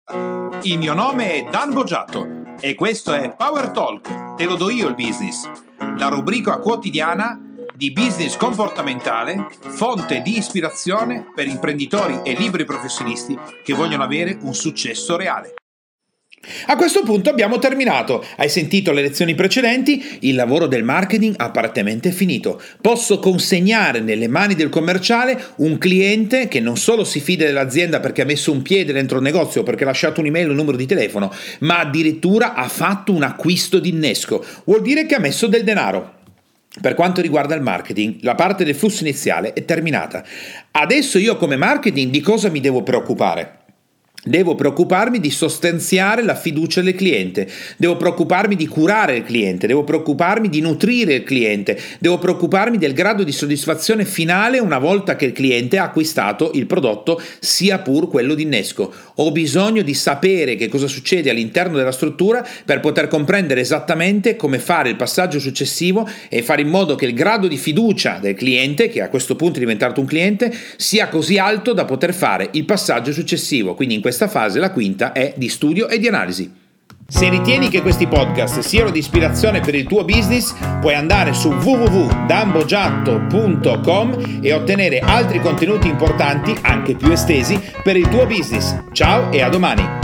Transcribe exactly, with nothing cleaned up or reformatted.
Il mio nome è Dan Boggiatto e questo è Power Talk, te lo do io il business, la rubrica quotidiana di business comportamentale, fonte di ispirazione per imprenditori e liberi professionisti che vogliono avere un successo reale. A questo punto abbiamo terminato. Hai sentito le lezioni precedenti? Il lavoro del marketing apparentemente è finito. Posso consegnare nelle mani del commerciale un cliente che non solo si fida dell'azienda perché ha messo un piede dentro il negozio, perché ha lasciato un'email o un numero di telefono, ma addirittura ha fatto un acquisto d'innesco. Vuol dire che ha messo del denaro. Per quanto riguarda il marketing, la parte del flusso iniziale è terminata. Adesso io come marketing di cosa mi devo preoccupare? Devo preoccuparmi di sostanziare la fiducia del cliente, devo preoccuparmi di curare il cliente, devo preoccuparmi di nutrire il cliente, devo preoccuparmi del grado di soddisfazione finale una volta che il cliente ha acquistato il prodotto, sia pur quello d'innesco. Ho bisogno di sapere che cosa succede all'interno della struttura per poter comprendere esattamente come fare il passaggio successivo e fare in modo che il grado di fiducia del cliente, che a questo punto è diventato un cliente, sia così alto da poter fare il passaggio successivo. Quindi in questa fase la quinta è di studio e di analisi. Se ritieni che questi podcast siano di ispirazione per il tuo business, puoi andare su w w w punto dan boggiatto punto com e ottenere altri contenuti importanti, anche più estesi, per il tuo business. Ciao e a domani!